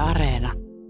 Areena.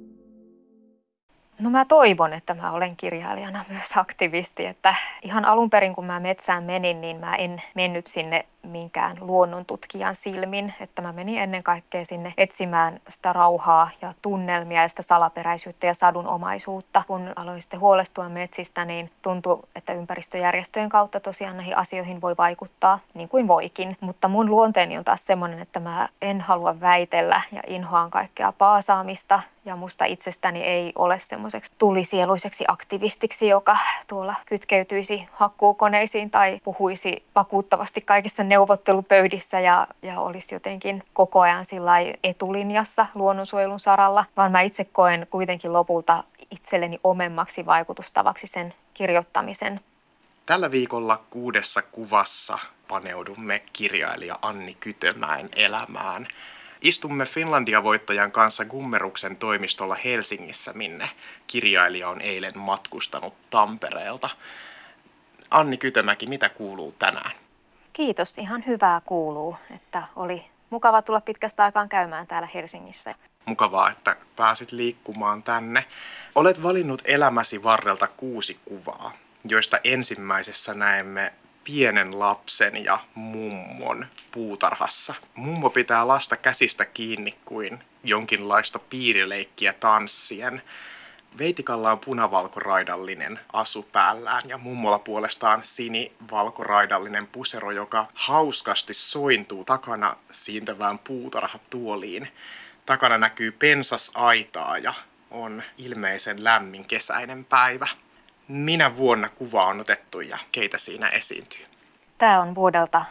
No mä toivon, että mä olen kirjailijana myös aktivisti, että ihan alun perin kun mä metsään menin, niin mä en mennyt sinne minkään luonnontutkijan silmin, että mä menin ennen kaikkea sinne etsimään sitä rauhaa ja tunnelmia ja sitä salaperäisyyttä ja sadunomaisuutta. Kun aloin sitten huolestua metsistä, niin tuntui, että ympäristöjärjestöjen kautta tosiaan näihin asioihin voi vaikuttaa niin kuin voikin. Mutta mun luonteeni on taas semmoinen, että mä en halua väitellä ja inhoan kaikkea paasaamista. Ja musta itsestäni ei ole semmoiseksi tulisieluiseksi aktivistiksi, joka tuolla kytkeytyisi hakkuukoneisiin tai puhuisi vakuuttavasti kaikissa neuvottelupöydissä ja olisi jotenkin koko ajan sillai etulinjassa luonnonsuojelun saralla. Vaan mä itse koen kuitenkin lopulta itselleni omemmaksi vaikutustavaksi sen kirjoittamisen. Tällä viikolla 6 kuvassa paneudumme kirjailija Anni Kytömäen elämään. Istumme Finlandia-voittajan kanssa Gummeruksen toimistolla Helsingissä, minne kirjailija on eilen matkustanut Tampereelta. Anni Kytömäki, mitä kuuluu tänään? Kiitos, ihan hyvää kuuluu, että oli mukava tulla pitkästä aikaan käymään täällä Helsingissä. Mukavaa, että pääsit liikkumaan tänne. Olet valinnut elämäsi varrelta 6 kuvaa, joista ensimmäisessä näemme pienen lapsen ja mummon puutarhassa. Mummo pitää lasta käsistä kiinni kuin jonkinlaista piirileikkiä tanssien. Veitikalla on punavalkoraidallinen asu päällään ja mummolla puolestaan sinivalkoraidallinen pusero, joka hauskasti sointuu takana siintävään puutarhatuoliin. Takana näkyy pensasaitaa ja on ilmeisen lämmin kesäinen päivä. Minä vuonna kuva on otettu ja keitä siinä esiintyy? Tämä on vuodelta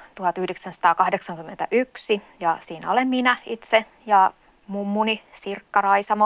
1981 ja siinä olen minä itse ja mummuni Sirkka Raisamo.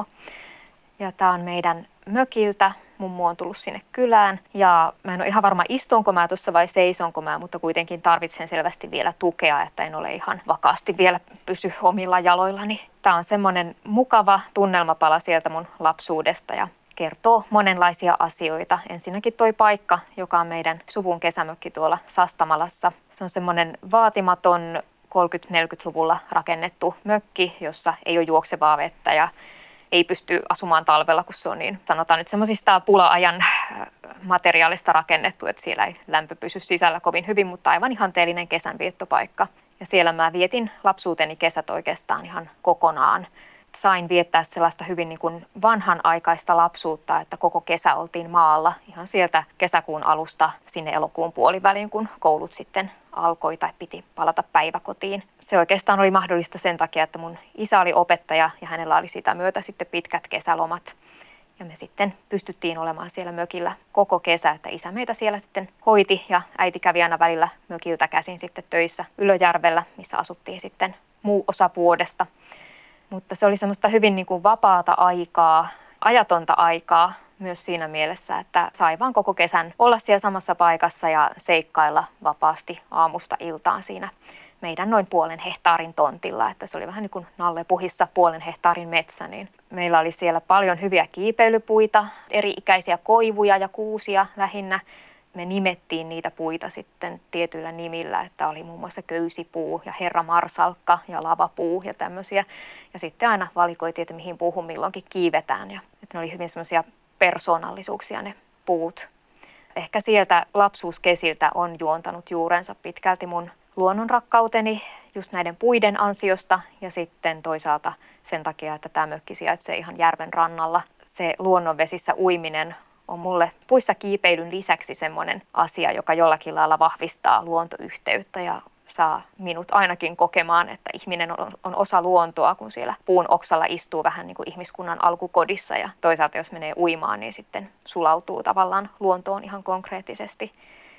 Ja tämä on meidän mökiltä. Mummu on tullut sinne kylään ja mä en ole ihan varma istunko mä tuossa vai seisonko mä, mutta kuitenkin tarvitsen selvästi vielä tukea, että en ole ihan vakaasti vielä pysy omilla jaloillani. Tämä on semmoinen mukava tunnelmapala sieltä mun lapsuudesta ja kertoo monenlaisia asioita. Ensinnäkin toi paikka, joka on meidän suvun kesämökki tuolla Sastamalassa. Se on semmoinen vaatimaton 30-40-luvulla rakennettu mökki, jossa ei ole juoksevaa vettä ja ei pysty asumaan talvella, kun se on niin, sanotaan nyt semmoisista pula-ajan materiaalista rakennettu, että siellä ei lämpö pysy sisällä kovin hyvin, mutta aivan ihanteellinen kesänviettopaikka. Ja siellä mä vietin lapsuuteni kesät oikeastaan ihan kokonaan. Sain viettää sellaista hyvin niin kuin vanhanaikaista lapsuutta, että koko kesä oltiin maalla ihan sieltä kesäkuun alusta sinne elokuun puoliväliin, kun koulut sitten alkoi tai piti palata päiväkotiin. Se oikeastaan oli mahdollista sen takia, että mun isä oli opettaja ja hänellä oli sitä myötä sitten pitkät kesälomat. Ja me sitten pystyttiin olemaan siellä mökillä koko kesä, että isä meitä siellä sitten hoiti ja äiti kävi aina välillä mökiltä käsin sitten töissä Ylöjärvellä, missä asuttiin sitten muu osa vuodesta. Mutta se oli semmoista hyvin niin kuin vapaata aikaa, ajatonta aikaa myös siinä mielessä, että sai vaan koko kesän olla siellä samassa paikassa ja seikkailla vapaasti aamusta iltaan siinä meidän noin 0,5 hehtaarin tontilla. Että se oli vähän niin kuin nallepuhissa 0,5 hehtaarin metsä, niin meillä oli siellä paljon hyviä kiipeilypuita, eri-ikäisiä koivuja ja kuusia lähinnä. Me nimettiin niitä puita sitten tietyillä nimillä, että oli muun muassa köysipuu ja herramarsalkka ja lavapuu ja tämmöisiä. Ja sitten aina valikoitiin, että mihin puuhun milloinkin kiivetään. Ja että ne oli hyvin semmoisia persoonallisuuksia ne puut. Ehkä sieltä lapsuuskesiltä on juontanut juurensa pitkälti mun luonnonrakkauteni just näiden puiden ansiosta ja sitten toisaalta sen takia, että tämä mökki sijaitsee ihan järven rannalla. Se luonnonvesissä uiminen on mulle puissa kiipeilyn lisäksi semmoinen asia, joka jollakin lailla vahvistaa luontoyhteyttä ja saa minut ainakin kokemaan, että ihminen on osa luontoa, kun siellä puun oksalla istuu vähän niin kuin ihmiskunnan alkukodissa. Ja toisaalta jos menee uimaan, niin sitten sulautuu tavallaan luontoon ihan konkreettisesti.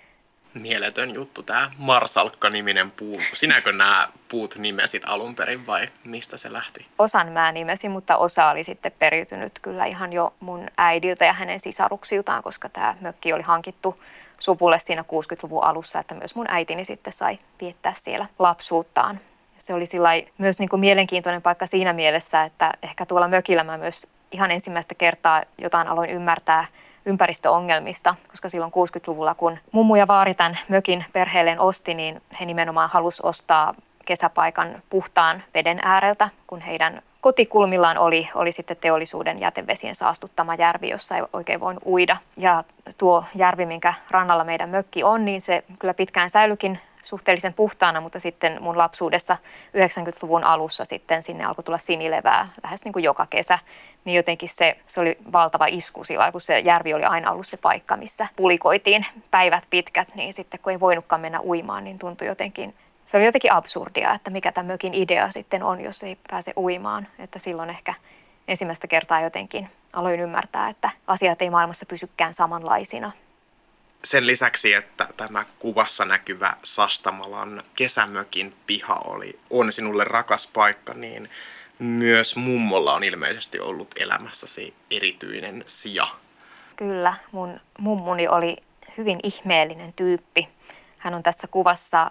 Mieletön juttu tämä marsalkka-niminen puu. Sinäkö nämä puut nimesit alun perin vai mistä se lähti? Osan mä nimesin, mutta osa oli sitten periytynyt kyllä ihan jo mun äidiltä ja hänen sisaruksiltaan, koska tämä mökki oli hankittu suvulle siinä 60-luvun alussa, että myös mun äitini sitten sai viettää siellä lapsuuttaan. Se oli myös niin kuin mielenkiintoinen paikka siinä mielessä, että ehkä tuolla mökillä mä myös ihan ensimmäistä kertaa jotain aloin ymmärtää ympäristöongelmista, koska silloin 60-luvulla, kun mummu ja vaari tämän mökin perheelleen osti, niin he nimenomaan halusi ostaa kesäpaikan puhtaan veden ääreltä, kun heidän kotikulmillaan oli sitten teollisuuden jätevesien saastuttama järvi, jossa ei oikein voinut uida. Ja tuo järvi, minkä rannalla meidän mökki on, niin se kyllä pitkään säilyikin suhteellisen puhtaana, mutta sitten mun lapsuudessa 90-luvun alussa sitten sinne alkoi tulla sinilevää lähes niin kuin joka kesä. Niin jotenkin se oli valtava isku sillä, kun se järvi oli aina ollut se paikka, missä pulikoitiin päivät pitkät, niin sitten kun ei voinutkaan mennä uimaan, niin tuntui jotenkin, se oli jotenkin absurdia, että mikä tämän mökin idea sitten on, jos ei pääse uimaan. Että silloin ehkä ensimmäistä kertaa jotenkin aloin ymmärtää, että asiat ei maailmassa pysykään samanlaisina. Sen lisäksi, että tämä kuvassa näkyvä Sastamalan kesämökin piha on sinulle rakas paikka, niin myös mummolla on ilmeisesti ollut elämässäsi erityinen sija. Kyllä, mun mummuni oli hyvin ihmeellinen tyyppi. Hän on tässä kuvassa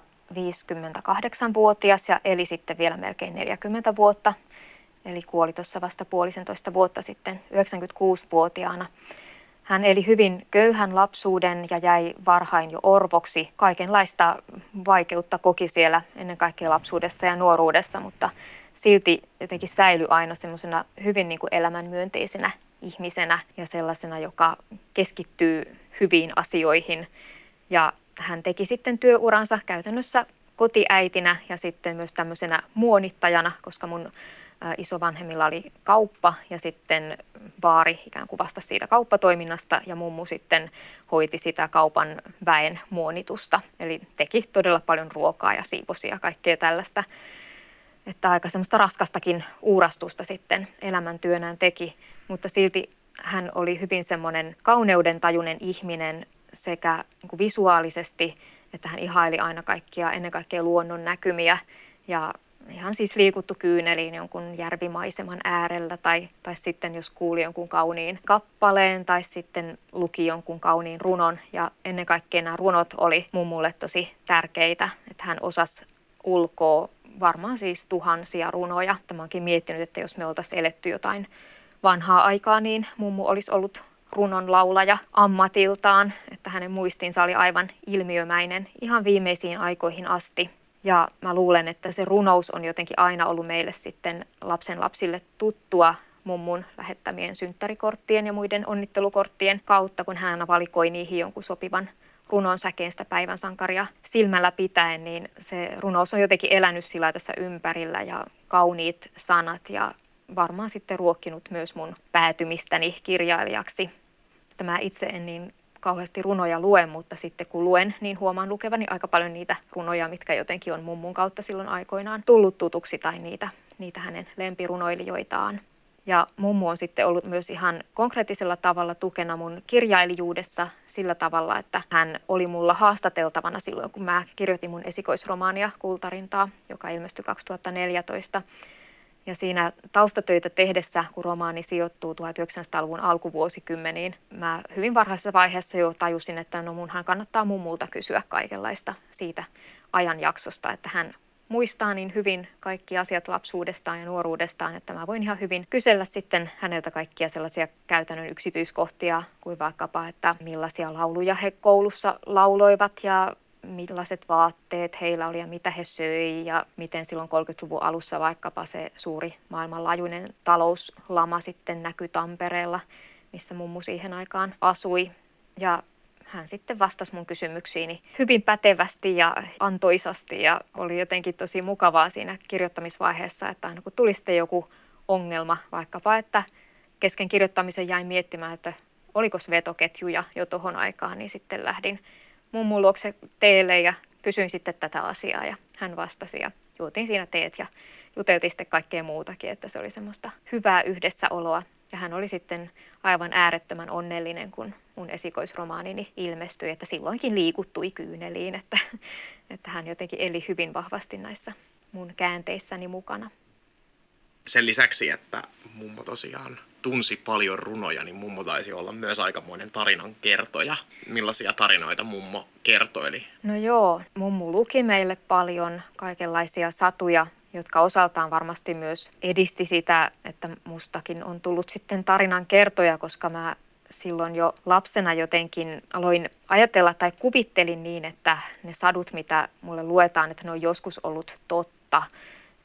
58-vuotias ja eli sitten vielä melkein 40 vuotta. Eli kuoli tuossa vasta 1,5 vuotta sitten 96-vuotiaana. Hän eli hyvin köyhän lapsuuden ja jäi varhain jo orvoksi. Kaikenlaista vaikeutta koki siellä ennen kaikkea lapsuudessa ja nuoruudessa, mutta silti jotenkin säilyi aina semmoisena hyvin niin kuin elämänmyönteisenä ihmisenä ja sellaisena, joka keskittyy hyviin asioihin. Ja hän teki sitten työuransa käytännössä kotiäitinä ja sitten myös tämmöisenä muonittajana, koska mun isovanhemmilla oli kauppa ja sitten baari ikään kuin vastasi siitä kauppatoiminnasta ja mummu sitten hoiti sitä kaupan väen muonitusta. Eli teki todella paljon ruokaa ja siivosi ja kaikkea tällaista. Että aika semmoista raskastakin uurastusta sitten elämäntyönään teki, mutta silti hän oli hyvin semmoinen kauneudentajuinen ihminen sekä niin kuin visuaalisesti, että hän ihaili aina ennen kaikkea luonnon näkymiä ja ihan siis liikuttu kyyneliin jonkun järvimaiseman äärellä tai sitten jos kuuli jonkun kauniin kappaleen tai sitten luki jonkun kauniin runon. Ja ennen kaikkea nämä runot oli mummulle tosi tärkeitä, että hän osasi ulkoa varmaan siis tuhansia runoja. Mä oonkin miettinyt, että jos me oltaisiin eletty jotain vanhaa aikaa, niin mummu olisi ollut runonlaulaja ammatiltaan, että hänen muistinsa oli aivan ilmiömäinen ihan viimeisiin aikoihin asti. Ja mä luulen, että se runous on jotenkin aina ollut meille sitten lapsenlapsille tuttua mummun lähettämien synttärikorttien ja muiden onnittelukorttien kautta, kun hän valikoi niihin jonkun sopivan runon säkeen sitä päivän sankaria silmällä pitäen, niin se runous on jotenkin elänyt sillä tässä ympärillä ja kauniit sanat ja varmaan sitten ruokkinut myös mun päätymistäni kirjailijaksi. Mä itse en niin kauheasti runoja luen, mutta sitten kun luen, niin huomaan lukevani aika paljon niitä runoja, mitkä jotenkin on mummun kautta silloin aikoinaan tullut tutuksi tai niitä hänen lempirunoilijoitaan. Ja mummu on sitten ollut myös ihan konkreettisella tavalla tukena mun kirjailijuudessa sillä tavalla, että hän oli mulla haastateltavana silloin, kun mä kirjoitin mun esikoisromaania Kultarintaa, joka ilmestyi 2014. Ja siinä taustatöitä tehdessä, kun romaani sijoittuu 1900-luvun alkuvuosikymmeniin, mä hyvin varhaisessa vaiheessa jo tajusin, että no munhan kannattaa mummulta kysyä kaikenlaista siitä ajanjaksosta, että hän muistaa niin hyvin kaikki asiat lapsuudestaan ja nuoruudestaan, että mä voin ihan hyvin kysellä sitten häneltä kaikkia sellaisia käytännön yksityiskohtia, kuin vaikkapa, että millaisia lauluja he koulussa lauloivat ja millaiset vaatteet heillä oli ja mitä he söi ja miten silloin 30-luvun alussa vaikkapa se suuri maailmanlaajuinen talouslama sitten näkyi Tampereella, missä mummu siihen aikaan asui. Ja hän sitten vastasi mun kysymyksiini hyvin pätevästi ja antoisasti ja oli jotenkin tosi mukavaa siinä kirjoittamisvaiheessa, että aina kun tuli sitten joku ongelma, vaikkapa että kesken kirjoittamisen jäin miettimään, että oliko vetoketjuja jo tohon aikaan, niin sitten lähdin mummun luokse teelle ja kysyin sitten tätä asiaa ja hän vastasi ja juotiin siinä teet ja juteltiin sitten kaikkea muutakin, että se oli semmoista hyvää yhdessäoloa. Ja hän oli sitten aivan äärettömän onnellinen, kun mun esikoisromaanini ilmestyi, että silloinkin liikuttui kyyneliin, että hän jotenkin eli hyvin vahvasti näissä mun käänteissäni mukana. Sen lisäksi, että mummo tosiaan tunsi paljon runoja, niin mummo taisi olla myös aikamoinen tarinan kertoja. Millaisia tarinoita mummo kertoili? No joo, mummu luki meille paljon kaikenlaisia satuja, jotka osaltaan varmasti myös edisti sitä, että mustakin on tullut sitten tarinan kertoja, koska mä silloin jo lapsena jotenkin aloin ajatella tai kuvittelin niin, että ne sadut, mitä mulle luetaan, että ne on joskus ollut totta.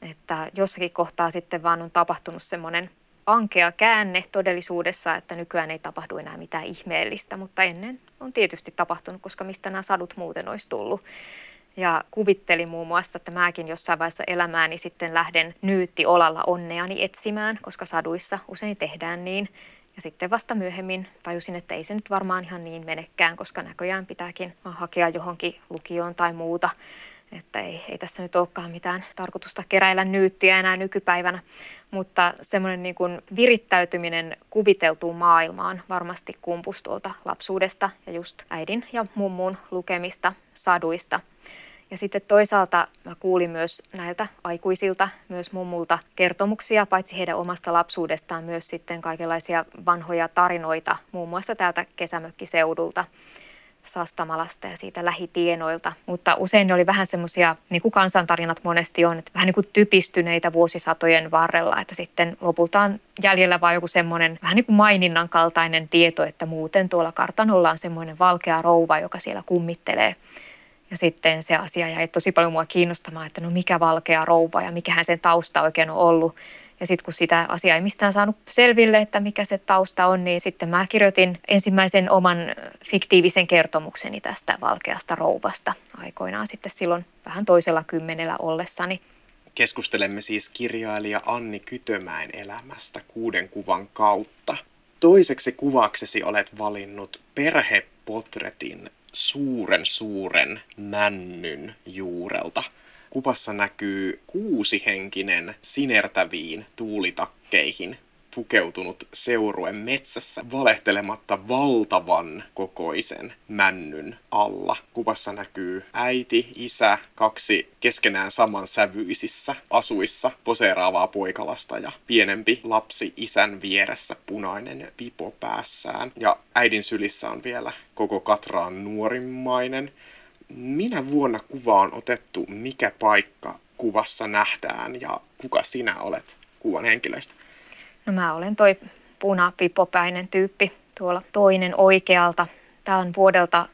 Että jossakin kohtaa sitten vaan on tapahtunut semmoinen ankea käänne todellisuudessa, että nykyään ei tapahdu enää mitään ihmeellistä, mutta ennen on tietysti tapahtunut, koska mistä nämä sadut muuten olisi tullut. Ja kuvittelin muun muassa, että mäkin jossain vaiheessa elämääni sitten lähden nyytti-olalla onneani etsimään, koska saduissa usein tehdään niin. Ja sitten vasta myöhemmin tajusin, että ei se nyt varmaan ihan niin menekään, koska näköjään pitääkin hakea johonkin lukioon tai muuta. Että ei tässä nyt olekaan mitään tarkoitusta keräillä nyyttiä enää nykypäivänä. Mutta semmoinen niin kuin virittäytyminen kuviteltuun maailmaan varmasti kumpusi tuolta lapsuudesta ja just äidin ja mummun lukemista saduista. Ja sitten toisaalta mä kuulin myös näiltä aikuisilta, myös mummulta kertomuksia, paitsi heidän omasta lapsuudestaan, myös sitten kaikenlaisia vanhoja tarinoita, muun muassa täältä kesämökkiseudulta, Sastamalasta ja siitä lähitienoilta. Mutta usein ne oli vähän semmoisia, niin kuin kansantarinat monesti on, että vähän niin kuin typistyneitä vuosisatojen varrella, että sitten lopulta on jäljellä vaan joku semmoinen vähän niin kuin maininnan kaltainen tieto, että muuten tuolla kartanolla on semmoinen valkea rouva, joka siellä kummittelee. Ja sitten se asia jäi tosi paljon mua kiinnostamaan, että no mikä valkea rouva ja mikähän sen tausta oikein on ollut. Ja sitten kun sitä asiaa ei mistään saanut selville, että mikä se tausta on, niin sitten mä kirjoitin ensimmäisen oman fiktiivisen kertomukseni tästä valkeasta rouvasta aikoinaan sitten silloin vähän toisella 10 ollessani. Keskustelemme siis kirjailija Anni Kytömäen elämästä 6 kuvan kautta. Toiseksi kuvaksesi olet valinnut perhepotretin suuren männyn juurelta. Kuvassa näkyy 6-henkinen sinertäviin tuulitakkeihin pukeutunut seurue metsässä valehtelematta valtavan kokoisen männyn alla. Kuvassa näkyy äiti, isä, 2 keskenään samansävyisissä asuissa poseeraavaa poikalasta ja pienempi lapsi isän vieressä, punainen pipo päässään. Ja äidin sylissä on vielä koko Katraan nuorimmainen. Minä vuonna kuva on otettu, mikä paikka kuvassa nähdään ja kuka sinä olet kuvan henkilöistä? No mä olen toi punapipopäinen tyyppi tuolla toinen oikealta. Tämä on vuodelta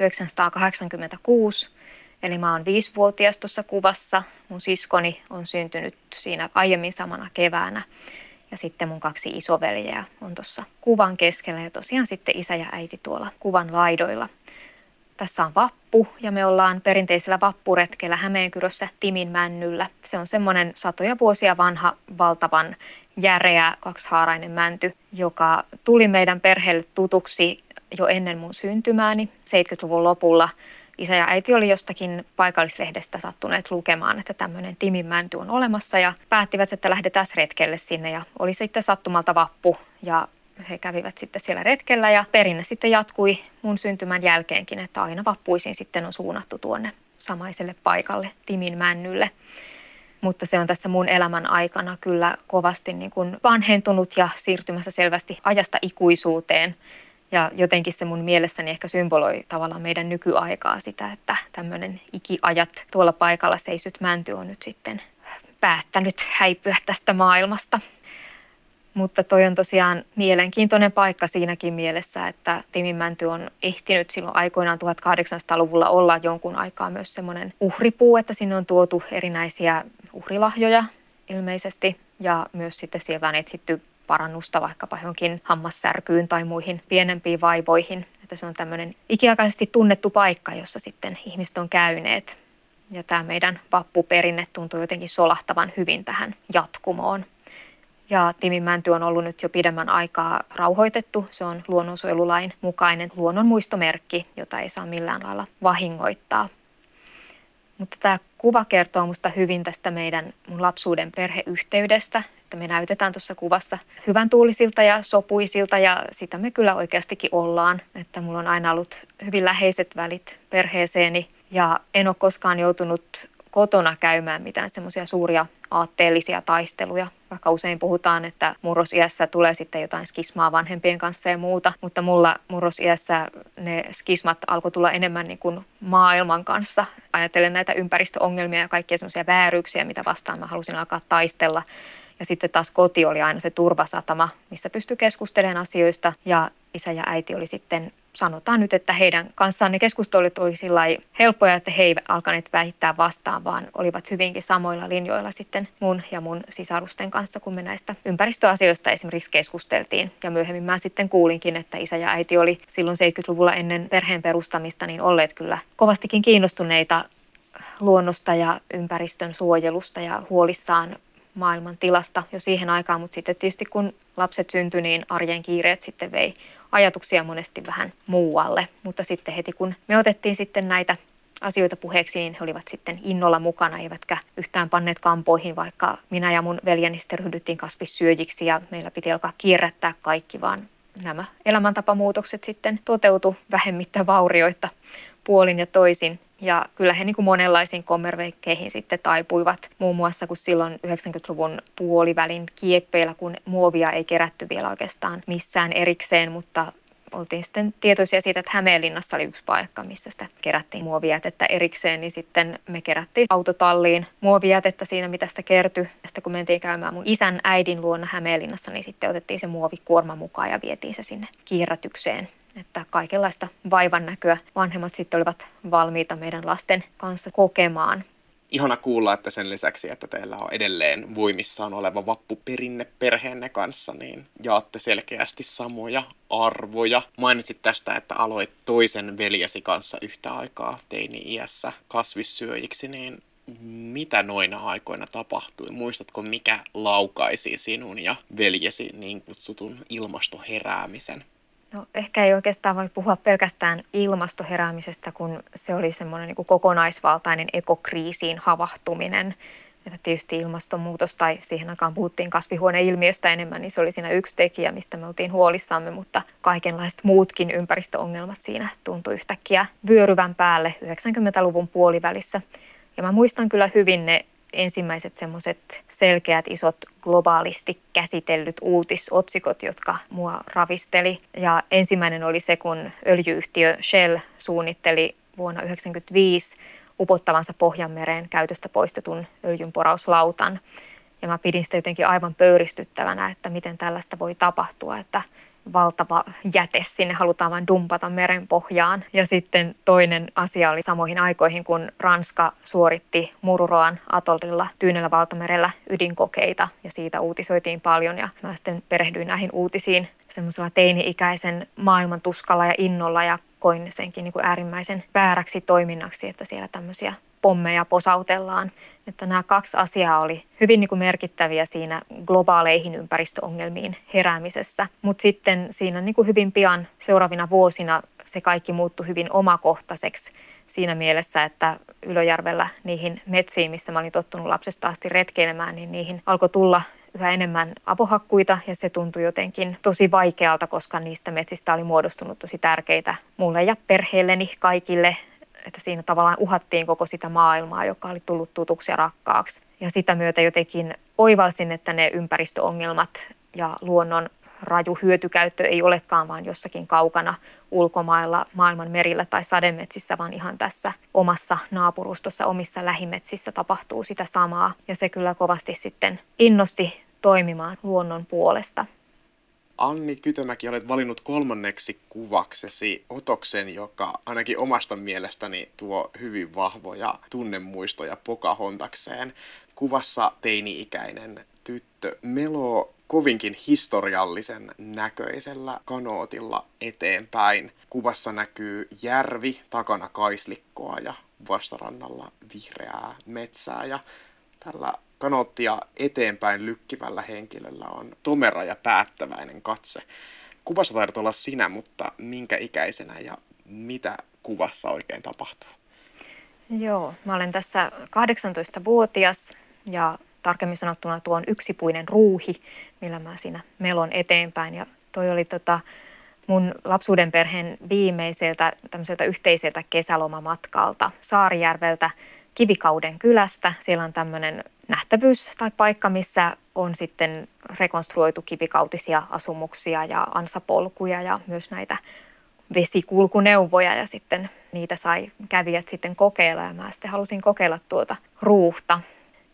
1986, eli mä oon 5-vuotias tuossa kuvassa. Mun siskoni on syntynyt siinä aiemmin samana keväänä. Ja sitten mun 2 isoveljeä on tuossa kuvan keskellä ja tosiaan sitten isä ja äiti tuolla kuvan laidoilla. Tässä on vappu ja me ollaan perinteisellä vappuretkellä Hämeenkyrössä Timinmännyllä. Se on semmoinen satoja vuosia vanha, valtavan järeä 2-haarainen mänty, joka tuli meidän perheelle tutuksi jo ennen mun syntymääni 70-luvun lopulla. Isä ja äiti oli jostakin paikallislehdestä sattuneet lukemaan, että tämmöinen Timinmänty on olemassa ja päättivät, että lähdetään retkelle sinne ja oli sitten sattumalta vappu ja he kävivät sitten siellä retkellä ja perinne sitten jatkui mun syntymän jälkeenkin, että aina vappuisin sitten on suunnattu tuonne samaiselle paikalle Timinmännylle. Mutta se on tässä mun elämän aikana kyllä kovasti niin kuin vanhentunut ja siirtymässä selvästi ajasta ikuisuuteen. Ja jotenkin se mun mielessäni ehkä symboloi tavallaan meidän nykyaikaa sitä, että tämmöinen ikiajat tuolla paikalla seisyt mänty on nyt sitten päättänyt häipyä tästä maailmasta. Mutta toi on tosiaan mielenkiintoinen paikka siinäkin mielessä, että Timinmänty on ehtinyt silloin aikoinaan 1800-luvulla olla jonkun aikaa myös semmoinen uhripuu, että sinne on tuotu erinäisiä uhrilahjoja ilmeisesti ja myös sitten sieltä on etsitty parannusta vaikkapa johonkin hammassärkyyn tai muihin pienempiin vaivoihin. Että se on tämmöinen ikiaikaisesti tunnettu paikka, jossa sitten ihmiset on käyneet. Ja tämä meidän vappuperinne tuntuu jotenkin solahtavan hyvin tähän jatkumoon. Ja Timinmänty on ollut nyt jo pidemmän aikaa rauhoitettu. Se on luonnonsuojelulain mukainen luonnonmuistomerkki, jota ei saa millään lailla vahingoittaa. Mutta tämä kuva kertoo musta hyvin tästä mun lapsuuden perheyhteydestä, että me näytetään tuossa kuvassa hyvän tuulisilta ja sopuisilta ja sitä me kyllä oikeastikin ollaan. Että mulla on aina ollut hyvin läheiset välit perheeseeni ja en ole koskaan joutunut kotona käymään mitään semmoisia suuria aatteellisia taisteluja. Vaikka usein puhutaan, että murrosiässä tulee sitten jotain skismaa vanhempien kanssa ja muuta, mutta mulla murrosiässä ne skismat alkoi tulla enemmän niin kuin maailman kanssa. Ajattelen näitä ympäristöongelmia ja kaikkia semmoisia vääryyksiä, mitä vastaan mä halusin alkaa taistella. Ja sitten taas koti oli aina se turvasatama, missä pystyi keskustelemaan asioista ja isä ja äiti oli sitten sanotaan nyt, että heidän kanssaan ne keskustelut oli sillai helppoja, että he eivät alkaneet väittää vastaan, vaan olivat hyvinkin samoilla linjoilla sitten mun ja mun sisarusten kanssa, kun me näistä ympäristöasioista esimerkiksi keskusteltiin. Ja myöhemmin mä sitten kuulinkin, että isä ja äiti oli silloin 70-luvulla ennen perheen perustamista niin olleet kyllä kovastikin kiinnostuneita luonnosta ja ympäristön suojelusta ja huolissaan maailman tilasta jo siihen aikaan, mutta sitten tietysti kun lapset syntyi, niin arjen kiireet sitten vei ajatuksia monesti vähän muualle. Mutta sitten heti kun me otettiin sitten näitä asioita puheeksi, niin he olivat sitten innolla mukana, eivätkä yhtään panneet kampoihin, vaikka minä ja mun veljeni sitten ryhdyttiin kasvissyöjiksi ja meillä piti alkaa kierrättää kaikki, vaan nämä elämäntapamuutokset sitten toteutu vähemmittä vaurioitta puolin ja toisin. Ja kyllä he niin kuin monenlaisiin kommervenkkeihin sitten taipuivat, muun muassa kun silloin 90-luvun puolivälin kieppeillä, kun muovia ei kerätty vielä oikeastaan missään erikseen, mutta oltiin sitten tietoisia siitä, että Hämeenlinnassa oli yksi paikka, missä sitä kerättiin muovijätettä erikseen, niin sitten me kerättiin autotalliin muovijätettä siinä, mitä sitä kertyi. Ja sitten kun mentiin käymään mun isän äidin luona Hämeenlinnassa, niin sitten otettiin se muovikuorma mukaan ja vietiin se sinne kierrätykseen. Että kaikenlaista vaivan näköä vanhemmat sitten olivat valmiita meidän lasten kanssa kokemaan. Ihana kuulla, että sen lisäksi, että teillä on edelleen voimissaan oleva vappuperinne perheenne kanssa, niin jaatte selkeästi samoja arvoja. Mainitsit tästä, että aloit toisen veljesi kanssa yhtä aikaa teini-iässä kasvissyöjiksi, niin mitä noina aikoina tapahtui? Muistatko, mikä laukaisi sinun ja veljesi niin kutsutun ilmastoheräämisen? No ehkä ei oikeastaan voi puhua pelkästään ilmastoheräämisestä, kun se oli semmoinen niin kuin kokonaisvaltainen ekokriisiin havahtuminen. Että tietysti ilmastonmuutos tai siihen aikaan puhuttiin kasvihuoneilmiöstä enemmän, niin se oli siinä yksi tekijä, mistä me oltiin huolissamme, mutta kaikenlaiset muutkin ympäristöongelmat siinä tuntui yhtäkkiä vyöryvän päälle 90-luvun puolivälissä. Ja mä muistan kyllä hyvin ne ensimmäiset semmoiset selkeät, isot, globaalisti käsitellyt uutisotsikot, jotka mua ravisteli. Ja ensimmäinen oli se, kun öljy-yhtiö Shell suunnitteli vuonna 1995 upottavansa Pohjanmereen käytöstä poistetun öljynporauslautan. Ja mä pidin sitä jotenkin aivan pöyristyttävänä, että miten tällaista voi tapahtua, että valtava jäte sinne halutaan vain dumpata meren pohjaan. Ja sitten toinen asia oli samoihin aikoihin, kun Ranska suoritti Mururoan atollilla Tyynellä valtamerellä ydinkokeita ja siitä uutisoitiin paljon. Ja mä sitten perehdyin näihin uutisiin semmoisella teini-ikäisen maailman tuskalla ja innolla ja koin senkin niin kuin äärimmäisen vääräksi toiminnaksi, että siellä tämmöisiä pommeja posautellaan. Että nämä kaksi asiaa oli hyvin niin kuin merkittäviä siinä globaaleihin ympäristöongelmiin heräämisessä. Mutta sitten siinä niin kuin hyvin pian seuraavina vuosina se kaikki muuttui hyvin omakohtaiseksi siinä mielessä, että Ylöjärvellä niihin metsiin, missä mä olin tottunut lapsesta asti retkeilemään, niin niihin alkoi tulla yhä enemmän avohakkuita ja se tuntui jotenkin tosi vaikealta, koska niistä metsistä oli muodostunut tosi tärkeitä mulle ja perheelleni kaikille. Että siinä tavallaan uhattiin koko sitä maailmaa, joka oli tullut tutuksi ja rakkaaksi. Ja sitä myötä jotenkin oivalsin, että ne ympäristöongelmat ja luonnon raju hyötykäyttö ei olekaan vaan jossakin kaukana ulkomailla, maailman merillä tai sademetsissä, vaan ihan tässä omassa naapurustossa, omissa lähimetsissä tapahtuu sitä samaa. Ja se kyllä kovasti sitten innosti toimimaan luonnon puolesta. Anni Kytömäki, olet valinnut kolmanneksi kuvaksesi otoksen, joka ainakin omasta mielestäni tuo hyvin vahvoja tunnemuistoja Pocahontakseen. Kuvassa teini-ikäinen tyttö meloo kovinkin historiallisen näköisellä kanootilla eteenpäin. Kuvassa näkyy järvi, takana kaislikkoa ja vastarannalla vihreää metsää ja tällä kanoottia eteenpäin lykkivällä henkilöllä on tomera ja päättäväinen katse. Kuvassa taidat olla sinä, mutta minkä ikäisenä ja mitä kuvassa oikein tapahtuu? Joo, mä olen tässä 18-vuotias ja tarkemmin sanottuna tuo on yksipuinen ruuhi, millä mä siinä melon eteenpäin. Ja toi oli mun lapsuuden perheen viimeiseltä tämmöiseltä yhteiseltä kesälomamatkalta Saarijärveltä Kivikauden kylästä. Siellä on tämmöinen nähtävyys tai paikka, missä on sitten rekonstruoitu kivikautisia asumuksia ja ansapolkuja ja myös näitä vesikulkuneuvoja ja sitten niitä sai kävijät sitten kokeilla ja mä sitten halusin kokeilla tuota ruuhta.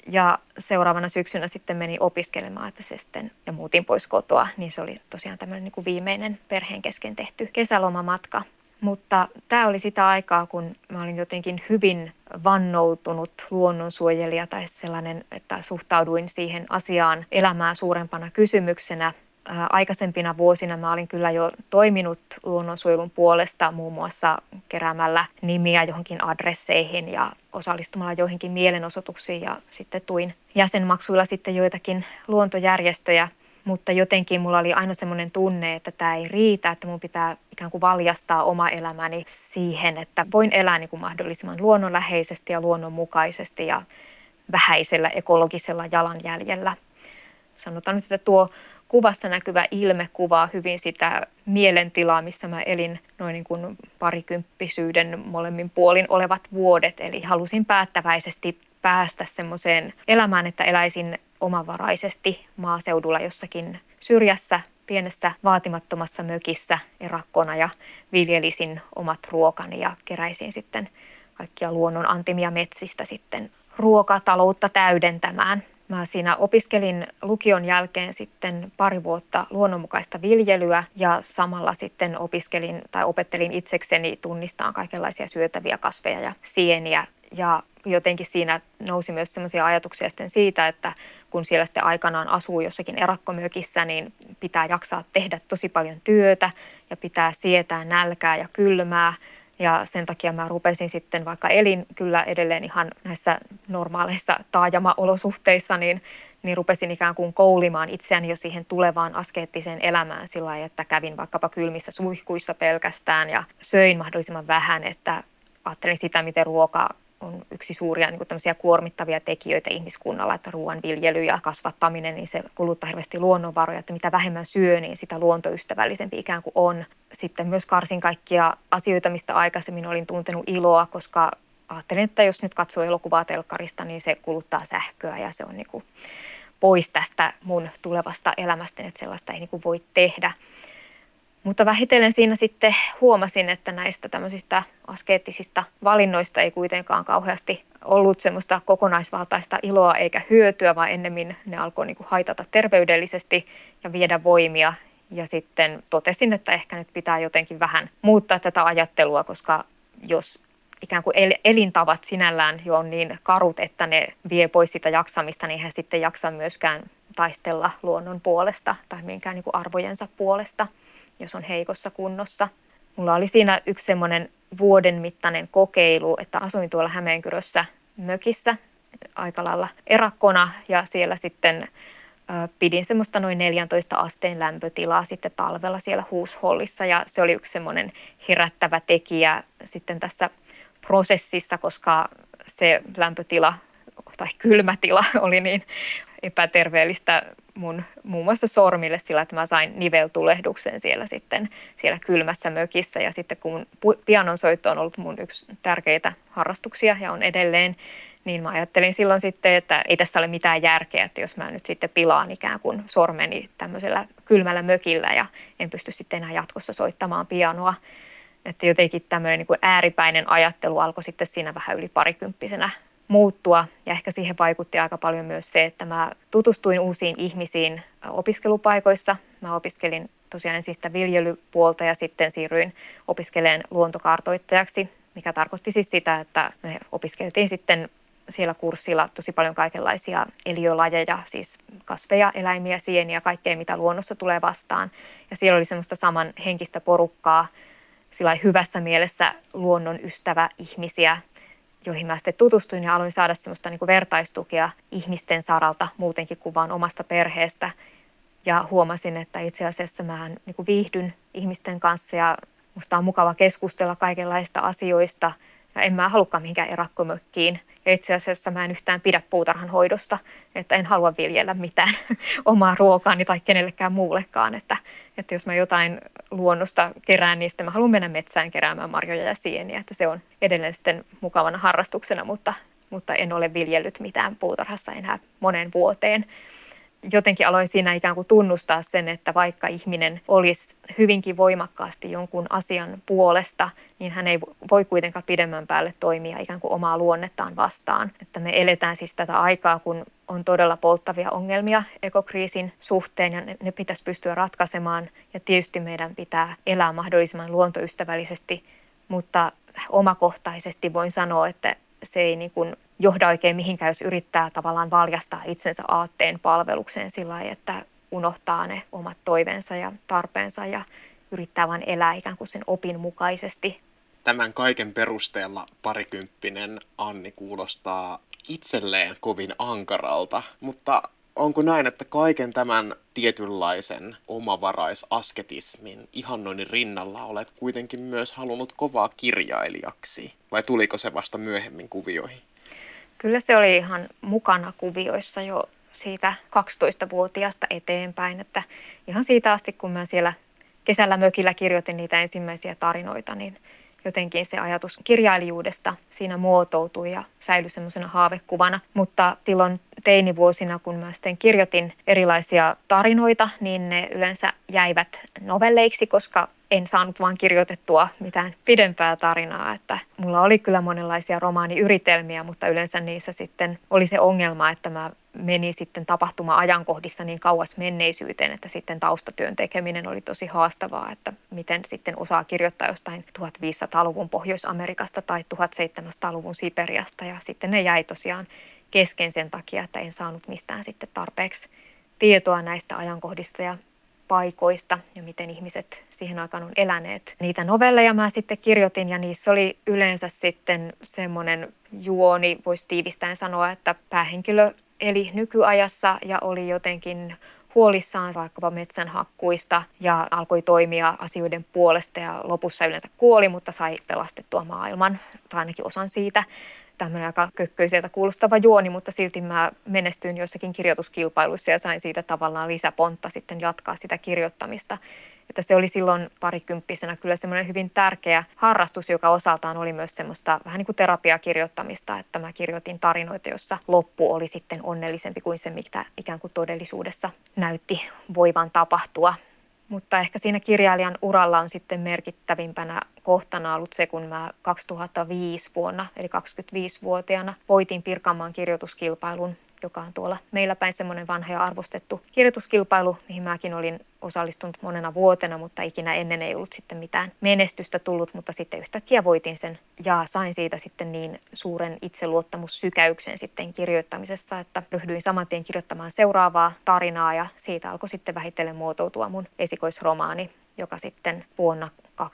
Ja seuraavana syksynä sitten menin opiskelemaan, että se sitten, ja muutin pois kotoa, niin se oli tosiaan tämmöinen niin kuin viimeinen perheen kesken tehty kesälomamatka. Mutta tämä oli sitä aikaa, kun mä olin jotenkin hyvin vannoutunut luonnonsuojelija tai sellainen, että suhtauduin siihen asiaan elämää suurempana kysymyksenä. Aikaisempina vuosina mä olin kyllä jo toiminut luonnonsuojelun puolesta muun muassa keräämällä nimiä johonkin adresseihin ja osallistumalla joihinkin mielenosoituksiin ja sitten tuin jäsenmaksuilla sitten joitakin luontojärjestöjä. Mutta jotenkin mulla oli aina semmoinen tunne, että tämä ei riitä, että mun pitää ikään kuin valjastaa oma elämäni siihen, että voin elää niin kuin mahdollisimman luonnonläheisesti ja luonnonmukaisesti ja vähäisellä ekologisella jalanjäljellä. Sanotaan nyt, että tuo kuvassa näkyvä ilme kuvaa hyvin sitä mielentilaa, missä mä elin noin niin kuin parikymppisyyden molemmin puolin olevat vuodet. Eli halusin päättäväisesti päästä semmoiseen elämään, että eläisin omavaraisesti maaseudulla jossakin syrjässä, pienessä vaatimattomassa mökissä erakkona ja viljelisin omat ruokani ja keräisin sitten kaikkia luonnon antimia metsistä sitten ruokataloutta täydentämään. Mä siinä opiskelin lukion jälkeen sitten 2 vuotta luonnonmukaista viljelyä ja samalla sitten opettelin itsekseni tunnistamaan kaikenlaisia syötäviä kasveja ja sieniä. Ja jotenkin siinä nousi myös sellaisia ajatuksia sitten siitä, että kun siellä sitten aikanaan asuu jossakin erakkomökissä, niin pitää jaksaa tehdä tosi paljon työtä ja pitää sietää nälkää ja kylmää. Ja sen takia mä rupesin sitten, vaikka elin kyllä edelleen ihan näissä normaaleissa taajama-olosuhteissa, niin rupesin ikään kuin koulimaan itseäni jo siihen tulevaan askeettiseen elämään sillä lailla, että kävin vaikkapa kylmissä suihkuissa pelkästään ja söin mahdollisimman vähän, että ajattelin sitä, miten ruoka on yksi suuria niin kuin tämmöisiä kuormittavia tekijöitä ihmiskunnalla, että ruoan viljely ja kasvattaminen, niin se kuluttaa hirveästi luonnonvaroja, että mitä vähemmän syö, niin sitä luontoystävällisempi ikään kuin on. Sitten myös karsin kaikkia asioita, mistä aikaisemmin olin tuntenut iloa, koska ajattelin, että jos nyt katsoo elokuvaa telkkarista, niin se kuluttaa sähköä ja se on niin kuin pois tästä mun tulevasta elämästäni, että sellaista ei niin kuin voi tehdä. Mutta vähitellen siinä sitten huomasin, että näistä tämmöisistä askeettisista valinnoista ei kuitenkaan kauheasti ollut semmoista kokonaisvaltaista iloa eikä hyötyä, vaan ennemmin ne alkoi niin kuin haitata terveydellisesti ja viedä voimia. Ja sitten totesin, että ehkä nyt pitää jotenkin vähän muuttaa tätä ajattelua, koska jos ikään kuin elintavat sinällään jo on niin karut, että ne vie pois sitä jaksamista, niin he sitten jaksa myöskään taistella luonnon puolesta tai minkään niin kuin arvojensa puolesta, jos on heikossa kunnossa. Mulla oli siinä yksi semmoinen vuoden mittainen kokeilu, että asuin tuolla Hämeenkyrössä mökissä aika lailla erakkona ja siellä sitten pidin semmoista noin 14 asteen lämpötilaa sitten talvella siellä huushollissa ja se oli yksi semmoinen herättävä tekijä sitten tässä prosessissa, koska se lämpötila tai kylmätila oli niin epäterveellistä mun muun muassa sormille sillä, että mä sain niveltulehduksen siellä kylmässä mökissä. Ja sitten kun pianonsoitto on ollut mun yksi tärkeitä harrastuksia ja on edelleen, niin mä ajattelin silloin sitten, että ei tässä ole mitään järkeä, että jos mä nyt sitten pilaan ikään kuin sormeni tämmöisellä kylmällä mökillä ja en pysty sitten enää jatkossa soittamaan pianoa. Että jotenkin tämmöinen niin kuin ääripäinen ajattelu alkoi sitten siinä vähän yli parikymppisenä muuttua. Ja ehkä siihen vaikutti aika paljon myös se, että mä tutustuin uusiin ihmisiin opiskelupaikoissa. Mä opiskelin tosiaan ensin sitä viljelypuolta ja sitten siirryin opiskelemaan luontokartoittajaksi, mikä tarkoitti siis sitä, että me opiskeltiin sitten siellä kurssilla tosi paljon kaikenlaisia eliölajeja, siis kasveja, eläimiä, sieniä, kaikkea mitä luonnossa tulee vastaan. Ja siellä oli semmoista samanhenkistä porukkaa, sillä hyvässä mielessä luonnon ystävä ihmisiä, joihin mä sitten tutustuin ja aloin saada semmoista niin kuin vertaistukea ihmisten saralta muutenkin kuin vaan omasta perheestä. Ja huomasin, että itse asiassa mä niin kuin viihdyn ihmisten kanssa ja musta on mukava keskustella kaikenlaista asioista. Ja en mä halukaan mihinkään erakkomökkiin. Ja itse asiassa mä en yhtään pidä puutarhan hoidosta, että en halua viljellä mitään omaa ruokaani tai kenellekään muullekaan. Että jos mä jotain luonnosta kerään, niin sitten mä haluan mennä metsään keräämään marjoja ja sieniä. Että se on edelleen sitten mukavana harrastuksena, mutta en ole viljellyt mitään puutarhassa enää moneen vuoteen. jotenkin aloin siinä ikään kuin tunnustaa sen, että vaikka ihminen olisi hyvinkin voimakkaasti jonkun asian puolesta, niin hän ei voi kuitenkaan pidemmän päälle toimia ikään kuin omaa luonnettaan vastaan. Että me eletään siis tätä aikaa, kun on todella polttavia ongelmia ekokriisin suhteen ja ne pitäisi pystyä ratkaisemaan. Ja tietysti meidän pitää elää mahdollisimman luontoystävällisesti, mutta omakohtaisesti voin sanoa, että se ei niin kuin johda oikein mihinkään, jos yrittää tavallaan valjastaa itsensä aatteen palvelukseen sillä lailla, että unohtaa ne omat toiveensa ja tarpeensa ja yrittää vain elää ikään kuin sen opin mukaisesti. Tämän kaiken perusteella parikymppinen Anni kuulostaa itselleen kovin ankaralta, mutta onko näin, että kaiken tämän tietynlaisen omavaraiasketismin ihannoinnin rinnalla olet kuitenkin myös halunnut kovaa kirjailijaksi? Vai tuliko se vasta myöhemmin kuvioihin? Kyllä se oli ihan mukana kuvioissa jo siitä 12-vuotiaasta eteenpäin, että ihan siitä asti, kun mä siellä kesällä mökillä kirjoitin niitä ensimmäisiä tarinoita, niin jotenkin se ajatus kirjailijuudesta siinä muotoutui ja säilyi semmoisena haavekuvana. Mutta silloin teinivuosina, kun mä sitten kirjoitin erilaisia tarinoita, niin ne yleensä jäivät novelleiksi, koska en saanut vaan kirjoitettua mitään pidempää tarinaa. Että mulla oli kyllä monenlaisia romaaniyritelmiä, mutta yleensä niissä sitten oli se ongelma, että mä menin sitten tapahtuma-ajankohdissa niin kauas menneisyyteen, että sitten taustatyön tekeminen oli tosi haastavaa, että miten sitten osaa kirjoittaa jostain 1500-luvun Pohjois-Amerikasta tai 1700-luvun Siperiasta. Ja sitten ne jäi tosiaan kesken sen takia, että en saanut mistään sitten tarpeeksi tietoa näistä ajankohdista ja paikoista ja miten ihmiset siihen aikaan on eläneet. Niitä novelleja mä sitten kirjoitin ja niissä oli yleensä sitten semmoinen juoni, voisi tiivistäen sanoa, että päähenkilö eli nykyajassa ja oli jotenkin huolissaan vaikkapa metsänhakkuista ja alkoi toimia asioiden puolesta ja lopussa yleensä kuoli, mutta sai pelastettua maailman tai ainakin osan siitä. Tämmöinen aika kökköiseltä kuulostava juoni, mutta silti mä menestyin joissakin kirjoituskilpailuissa ja sain siitä tavallaan lisäpontta sitten jatkaa sitä kirjoittamista. Että se oli silloin parikymppisenä kyllä semmoinen hyvin tärkeä harrastus, joka osaltaan oli myös semmoista vähän niin kuin terapiakirjoittamista, että mä kirjoitin tarinoita, jossa loppu oli sitten onnellisempi kuin se, mitä ikään kuin todellisuudessa näytti voivan tapahtua. Mutta ehkä siinä kirjailijan uralla on sitten merkittävimpänä kohtana ollut se, kun mä 2005 vuonna, eli 25-vuotiaana, voitin Pirkanmaan kirjoituskilpailun, joka on tuolla meillä päin semmoinen vanha ja arvostettu kirjoituskilpailu, mihin mäkin olin osallistunut monena vuotena, mutta ikinä ennen ei ollut sitten mitään menestystä tullut, mutta sitten yhtäkkiä voitin sen ja sain siitä sitten niin suuren itseluottamussykäyksen sitten kirjoittamisessa, että ryhdyin saman tien kirjoittamaan seuraavaa tarinaa ja siitä alkoi sitten vähitellen muotoutua mun esikoisromaani, joka sitten vuonna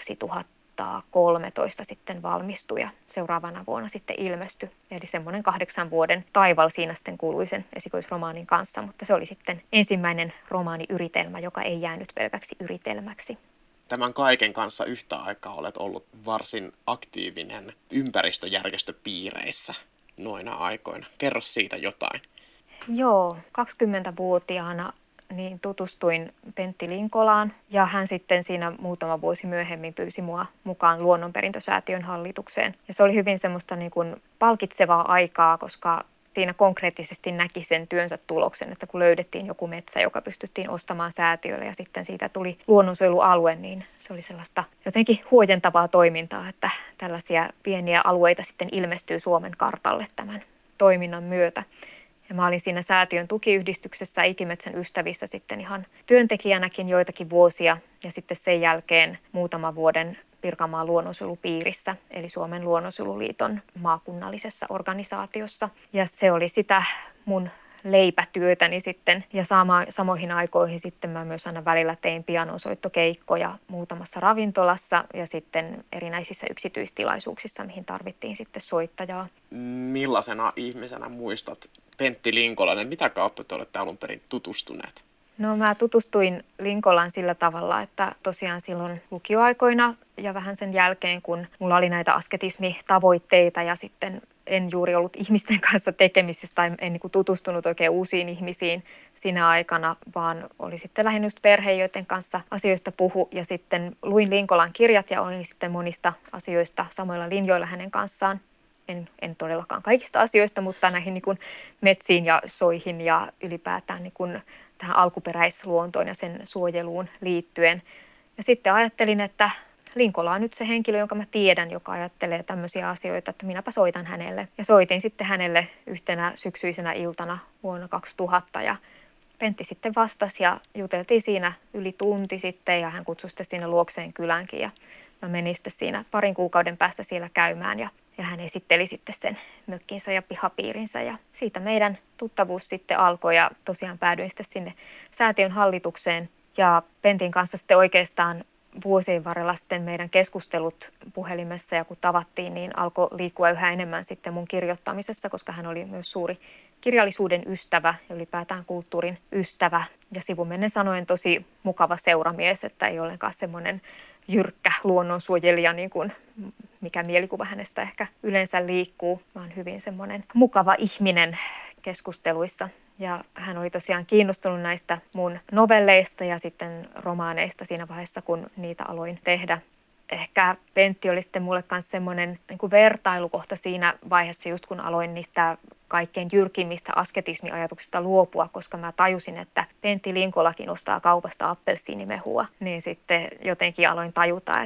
2013 sitten valmistui ja seuraavana vuonna sitten ilmestyi. Eli semmoinen 8 vuoden taival siinä sitten kuului sen esikoisromaanin kanssa, mutta se oli sitten ensimmäinen romaaniyritelmä, joka ei jäänyt pelkäksi yritelmäksi. Tämän kaiken kanssa yhtä aikaa olet ollut varsin aktiivinen ympäristöjärjestöpiireissä noina aikoina. Kerro siitä jotain. Joo, 20-vuotiaana niin tutustuin Pentti Linkolaan ja hän sitten siinä muutama vuosi myöhemmin pyysi mua mukaan Luonnonperintösäätiön hallitukseen. Ja se oli hyvin semmoista niin kuin palkitsevaa aikaa, koska siinä konkreettisesti näki sen työnsä tuloksen, että kun löydettiin joku metsä, joka pystyttiin ostamaan säätiölle ja sitten siitä tuli luonnonsuojelualue, niin se oli sellaista jotenkin huojentavaa toimintaa, että tällaisia pieniä alueita sitten ilmestyy Suomen kartalle tämän toiminnan myötä. Ja mä olin siinä säätiön tukiyhdistyksessä Ikimetsän ystävissä sitten ihan työntekijänäkin joitakin vuosia ja sitten sen jälkeen muutaman vuoden Pirkanmaan luonnonsuojelupiirissä, eli Suomen luonnonsuojeluliiton maakunnallisessa organisaatiossa. Ja se oli sitä mun leipätyötäni sitten. Ja samoihin aikoihin sitten mä myös aina välillä tein pianosoittokeikkoja muutamassa ravintolassa ja sitten erinäisissä yksityistilaisuuksissa, mihin tarvittiin sitten soittajaa. Millaisena ihmisenä muistat Pentti Linkolan? Mitä kautta te olette alun perin tutustuneet? No mä tutustuin Linkolaan sillä tavalla, että tosiaan silloin lukioaikoina ja vähän sen jälkeen, kun mulla oli näitä asketismitavoitteita ja sitten en juuri ollut ihmisten kanssa tekemisissä tai en niin kuin tutustunut oikein uusiin ihmisiin siinä aikana, vaan oli sitten lähinnä just perhe, joiden kanssa asioista puhu ja sitten luin Linkolan kirjat ja olin sitten monista asioista samoilla linjoilla hänen kanssaan. en todellakaan kaikista asioista, mutta näihin niin kuin metsiin ja soihin ja ylipäätään niin kuin tähän alkuperäisluontoon ja sen suojeluun liittyen. Ja sitten ajattelin, että Linkola on nyt se henkilö, jonka mä tiedän, joka ajattelee tämmöisiä asioita, että minäpä soitan hänelle. Ja soitin sitten hänelle yhtenä syksyisenä iltana vuonna 2000 ja Pentti sitten vastasi ja juteltiin siinä yli tunti sitten ja hän kutsui sitten sinne luokseen kylänkin ja mä menin sitten siinä parin kuukauden päästä siellä käymään ja hän esitteli sitten sen mökkinsä ja pihapiirinsä ja siitä meidän tuttavuus sitten alkoi ja tosiaan päädyin sitten sinne säätiön hallitukseen ja Pentin kanssa sitten oikeastaan vuosien varrella sitten meidän keskustelut puhelimessa ja kun tavattiin, niin alkoi liikkua yhä enemmän sitten mun kirjoittamisessa, koska hän oli myös suuri kirjallisuuden ystävä ja ylipäätään kulttuurin ystävä ja sivumennen sanoen tosi mukava seuramies, että ei ollenkaan semmoinen jyrkkä luonnonsuojelija, niin kuin mikä mielikuva hänestä ehkä yleensä liikkuu, vaan hyvin semmoinen mukava ihminen keskusteluissa. Ja hän oli tosiaan kiinnostunut näistä mun novelleista ja sitten romaaneista siinä vaiheessa, kun niitä aloin tehdä. Ehkä Pentti oli sitten mulle myös semmoinen niin kuin vertailukohta siinä vaiheessa, just kun aloin niistä kaikkein jyrkimmistä asketismiajatuksista luopua, koska mä tajusin, että Pentti Linkolakin ostaa kaupasta appelsiinimehua. Niin sitten jotenkin aloin tajuta,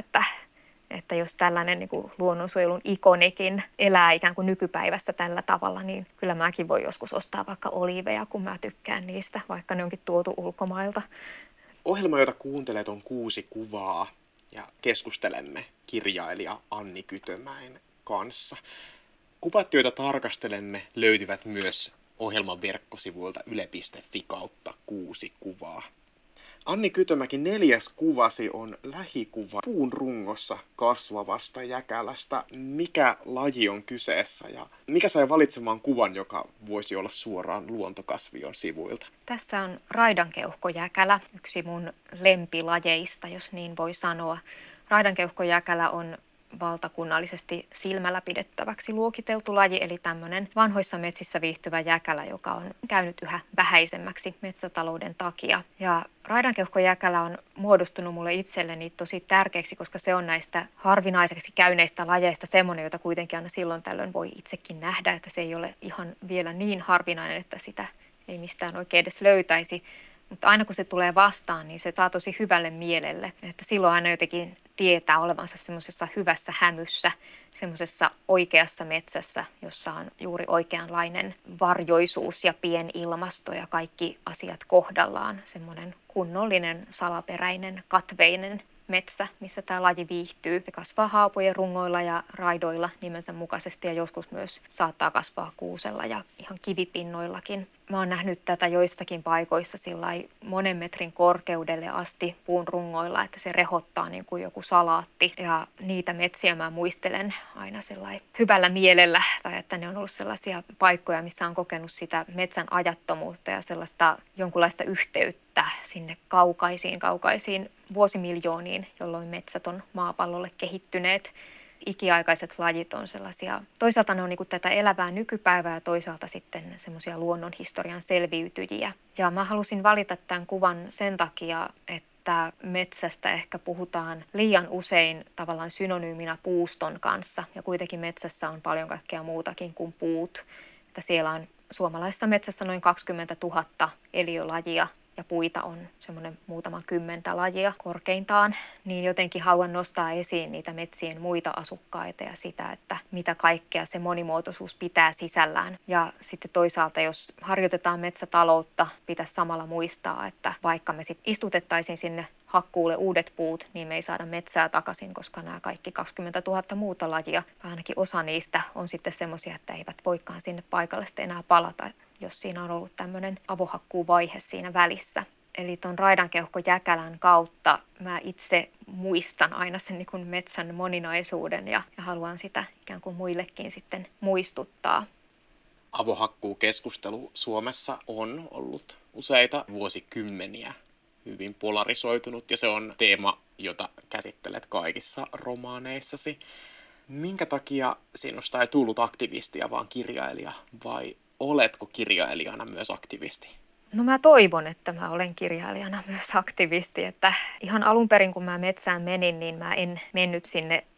että jos tällainen niin kuin luonnonsuojelun ikonikin elää ikään kuin nykypäivässä tällä tavalla, niin kyllä mäkin voin joskus ostaa vaikka oliiveja, kun mä tykkään niistä, vaikka ne onkin tuotu ulkomailta. Ohjelma, jota kuuntelet, on 6 kuvaa ja keskustelemme kirjailija Anni Kytömäen kanssa. Kuvat, joita tarkastelemme, löytyvät myös ohjelman verkkosivuilta yle.fi kautta 6 kuvaa. Anni Kytömäki, 4. kuvasi on lähikuva puun rungossa kasvavasta jäkälästä. Mikä laji on kyseessä ja mikä sai valitsemaan kuvan, joka voisi olla suoraan Luontokasvion sivuilta? Tässä on raidankeuhkojäkälä, yksi mun lempilajeista, jos niin voi sanoa. Raidankeuhkojäkälä on valtakunnallisesti silmällä pidettäväksi luokiteltu laji, eli tämmöinen vanhoissa metsissä viihtyvä jäkälä, joka on käynyt yhä vähäisemmäksi metsätalouden takia. Ja raidankeuhkojäkälä on muodostunut mulle itselleni tosi tärkeäksi, koska se on näistä harvinaiseksi käyneistä lajeista semmoinen, jota kuitenkin aina silloin tällöin voi itsekin nähdä, että se ei ole ihan vielä niin harvinainen, että sitä ei mistään oikein edes löytäisi. Mutta aina kun se tulee vastaan, niin se saa tosi hyvälle mielelle, että silloin aina jotenkin tietää olevansa semmoisessa hyvässä hämyssä, semmoisessa oikeassa metsässä, jossa on juuri oikeanlainen varjoisuus ja pienilmasto ja kaikki asiat kohdallaan. Semmoinen kunnollinen, salaperäinen, katveinen metsä, missä tämä laji viihtyy. Se kasvaa haapojen rungoilla ja raidoilla nimensä mukaisesti ja joskus myös saattaa kasvaa kuusella ja ihan kivipinnoillakin. Mä oon nähnyt tätä joissakin paikoissa sillai monen metrin korkeudelle asti puun rungoilla, että se rehottaa niin kuin joku salaatti. Ja niitä metsiä mä muistelen aina sillai hyvällä mielellä, tai että ne on ollut sellaisia paikkoja, missä on kokenut sitä metsän ajattomuutta ja sellaista jonkunlaista yhteyttä sinne kaukaisiin vuosimiljooniin, jolloin metsät on maapallolle kehittyneet. Ikiaikaiset lajit on sellaisia, toisaalta ne on niin kuin tätä elävää nykypäivää ja toisaalta sitten semmoisia luonnonhistorian selviytyjiä. Ja mä halusin valita tämän kuvan sen takia, että metsästä ehkä puhutaan liian usein tavallaan synonyyminä puuston kanssa ja kuitenkin metsässä on paljon kaikkea muutakin kuin puut. Että siellä on suomalaisessa metsässä noin 20 000 eliölajia. Ja puita on semmoinen muutama 10 lajia korkeintaan, niin jotenkin haluan nostaa esiin niitä metsien muita asukkaita ja sitä, että mitä kaikkea se monimuotoisuus pitää sisällään. Ja sitten toisaalta, jos harjoitetaan metsätaloutta, pitäisi samalla muistaa, että vaikka me sitten istutettaisiin sinne hakkuulle uudet puut, niin me ei saada metsää takaisin, koska nämä kaikki 20 000 muuta lajia, ainakin osa niistä on sitten semmoisia, että eivät voikaan sinne paikalle sitten enää palata, jos siinä on ollut tämmöinen avohakkuuvaihe siinä välissä. Eli tuon raidankeuhkojäkälän kautta mä itse muistan aina sen niin kuin metsän moninaisuuden ja haluan sitä ikään kuin muillekin sitten muistuttaa. Avohakkuukeskustelu Suomessa on ollut useita vuosikymmeniä hyvin polarisoitunut ja se on teema, jota käsittelet kaikissa romaaneissasi. Minkä takia sinusta ei tullut aktivistia, vaan kirjailija, vai oletko kirjailijana myös aktivisti? No mä toivon, että mä olen kirjailijana myös aktivisti, että ihan alun perin kun mä metsään menin, niin mä en mennyt sinne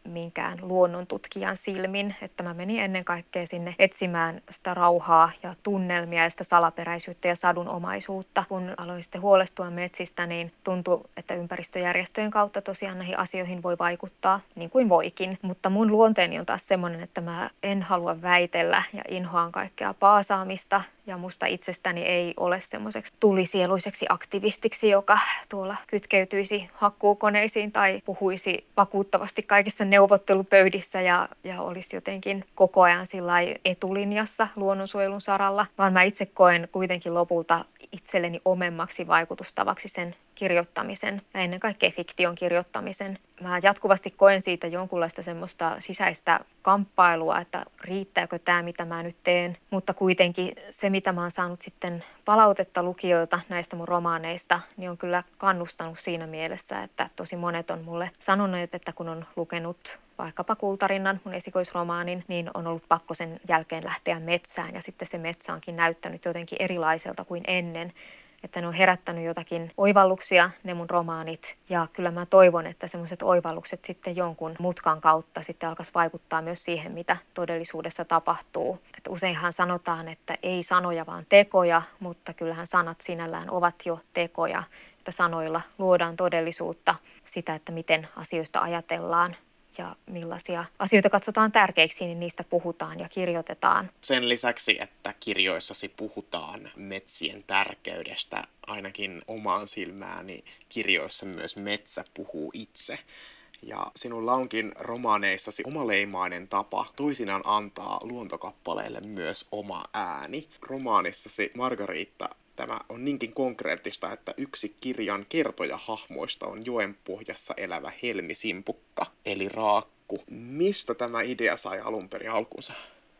minkään luonnontutkijan silmin, että mä menin ennen kaikkea sinne etsimään sitä rauhaa ja tunnelmia ja sitä salaperäisyyttä ja sadunomaisuutta. Kun aloin sitten huolestua metsistä, niin tuntui, että ympäristöjärjestöjen kautta tosiaan näihin asioihin voi vaikuttaa, niin kuin voikin. Mutta mun luonteeni on taas semmoinen, että mä en halua väitellä ja inhoan kaikkea paasaamista. Ja musta itsestäni ei ole semmoiseksi tulisieluiseksi aktivistiksi, joka tuolla kytkeytyisi hakkuukoneisiin tai puhuisi vakuuttavasti kaikissa neuvottelupöydissä ja olisi jotenkin koko ajan sillai etulinjassa luonnonsuojelun saralla. Vaan mä itse koen kuitenkin lopulta itselleni omemmaksi vaikutustavaksi sen kirjoittamisen ja ennen kaikkea fiktion kirjoittamisen. Mä jatkuvasti koen siitä jonkunlaista semmoista sisäistä kamppailua, että riittääkö tämä, mitä mä nyt teen. Mutta kuitenkin se, mitä mä oon saanut sitten palautetta lukijoilta näistä mun romaaneista, niin on kyllä kannustanut siinä mielessä, että tosi monet on mulle sanoneet, että kun on lukenut vaikkapa Kultarinnan, mun esikoisromaanin, niin on ollut pakko sen jälkeen lähteä metsään ja sitten se metsä onkin näyttänyt jotenkin erilaiselta kuin ennen. Että ne on herättänyt jotakin oivalluksia, ne mun romaanit. Ja kyllä mä toivon, että semmoiset oivallukset sitten jonkun mutkan kautta sitten alkaisi vaikuttaa myös siihen, mitä todellisuudessa tapahtuu. Että useinhan sanotaan, että ei sanoja, vaan tekoja, mutta kyllähän sanat sinällään ovat jo tekoja. Että sanoilla luodaan todellisuutta, sitä, että miten asioista ajatellaan. Ja millaisia asioita katsotaan tärkeiksi, niin niistä puhutaan ja kirjoitetaan. Sen lisäksi, että kirjoissasi puhutaan metsien tärkeydestä, ainakin omaan silmääni kirjoissa myös metsä puhuu itse. Ja sinulla onkin romaaneissasi omaleimainen tapa toisinaan antaa luontokappaleille myös oma ääni. Romaanissasi Margariitta tämä on niinkin konkreettista, että yksi kirjan kertojahahmoista on joen pohjassa elävä helmisimpukka, eli raakku. Mistä tämä idea sai alun perin alkunsa?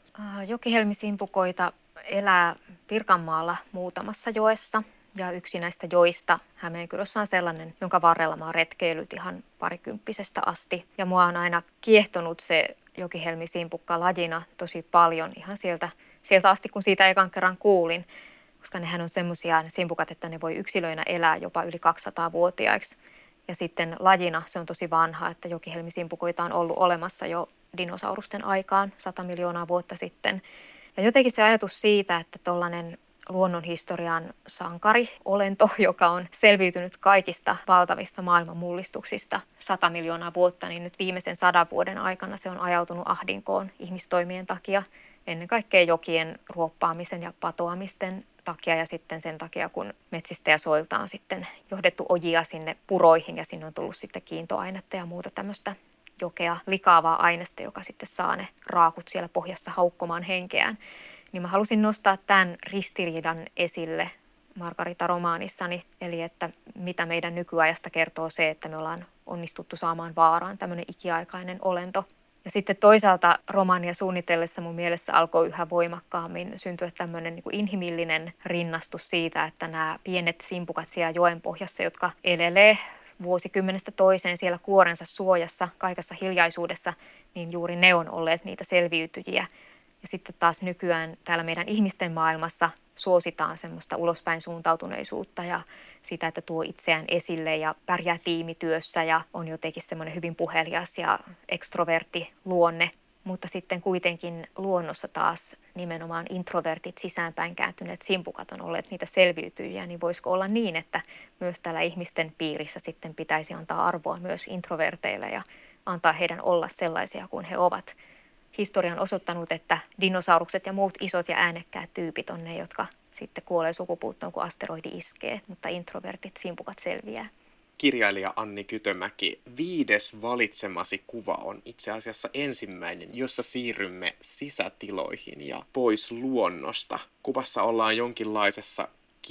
Jokihelmisimpukoita elää Pirkanmaalla muutamassa joessa. Ja yksi näistä joista Hämeenkyrössä on sellainen, jonka varrella mä oon retkeillyt ihan parikymppisestä asti. Ja mua on aina kiehtonut se jokihelmisimpukka lajina tosi paljon ihan sieltä asti, kun siitä ekan kerran kuulin. Koska nehän on semmoisia ne simpukat, että ne voi yksilöinä elää jopa yli 200-vuotiaiksi. Ja sitten lajina se on tosi vanha, että jokihelmisimpukoita on ollut olemassa jo dinosaurusten aikaan 100 miljoonaa vuotta sitten. Ja jotenkin se ajatus siitä, että tollainen luonnonhistorian sankariolento, joka on selviytynyt kaikista valtavista maailman mullistuksista 100 miljoonaa vuotta, niin nyt viimeisen 100 vuoden aikana se on ajautunut ahdinkoon ihmistoimien takia. Ennen kaikkea jokien ruoppaamisen ja patoamisten takia ja sitten sen takia, kun metsistä ja soilta on sitten johdettu ojia sinne puroihin ja sinne on tullut sitten kiintoainetta ja muuta tämmöistä jokea likaavaa aineesta, joka sitten saa ne raakut siellä pohjassa haukkomaan henkeään. Niin mä halusin nostaa tämän ristiriidan esille Margarita-romaanissani, eli että mitä meidän nykyajasta kertoo se, että me ollaan onnistuttu saamaan vaaraan tämmöinen ikiaikainen olento. Ja sitten toisaalta romaania suunnitellessa mun mielessä alkoi yhä voimakkaammin syntyä tämmöinen niin kuin inhimillinen rinnastus siitä, että nämä pienet simpukat siellä joen pohjassa, jotka elelee vuosikymmenestä toiseen siellä kuorensa suojassa, kaikessa hiljaisuudessa, niin juuri ne on olleet niitä selviytyjiä. Ja sitten taas nykyään täällä meidän ihmisten maailmassa suositaan semmoista ulospäin suuntautuneisuutta ja sitä, että tuo itseään esille ja pärjää tiimityössä ja on jotenkin semmoinen hyvin puhelias ja ekstrovertti luonne. Mutta sitten kuitenkin luonnossa taas nimenomaan introvertit, sisäänpäin kääntyneet simpukat on olleet niitä selviytyjiä, niin voisiko olla niin, että myös täällä ihmisten piirissä sitten pitäisi antaa arvoa myös introverteille ja antaa heidän olla sellaisia kuin he ovat. Historia on osoittanut, että dinosaurukset ja muut isot ja äänekkäät tyypit on ne, jotka sitten kuolee sukupuuttoon, kun asteroidi iskee, mutta introvertit, simpukat selviää. Kirjailija Anni Kytömäki, 5. valitsemasi kuva on itse asiassa ensimmäinen, jossa siirrymme sisätiloihin ja pois luonnosta. Kuvassa ollaan jonkinlaisessa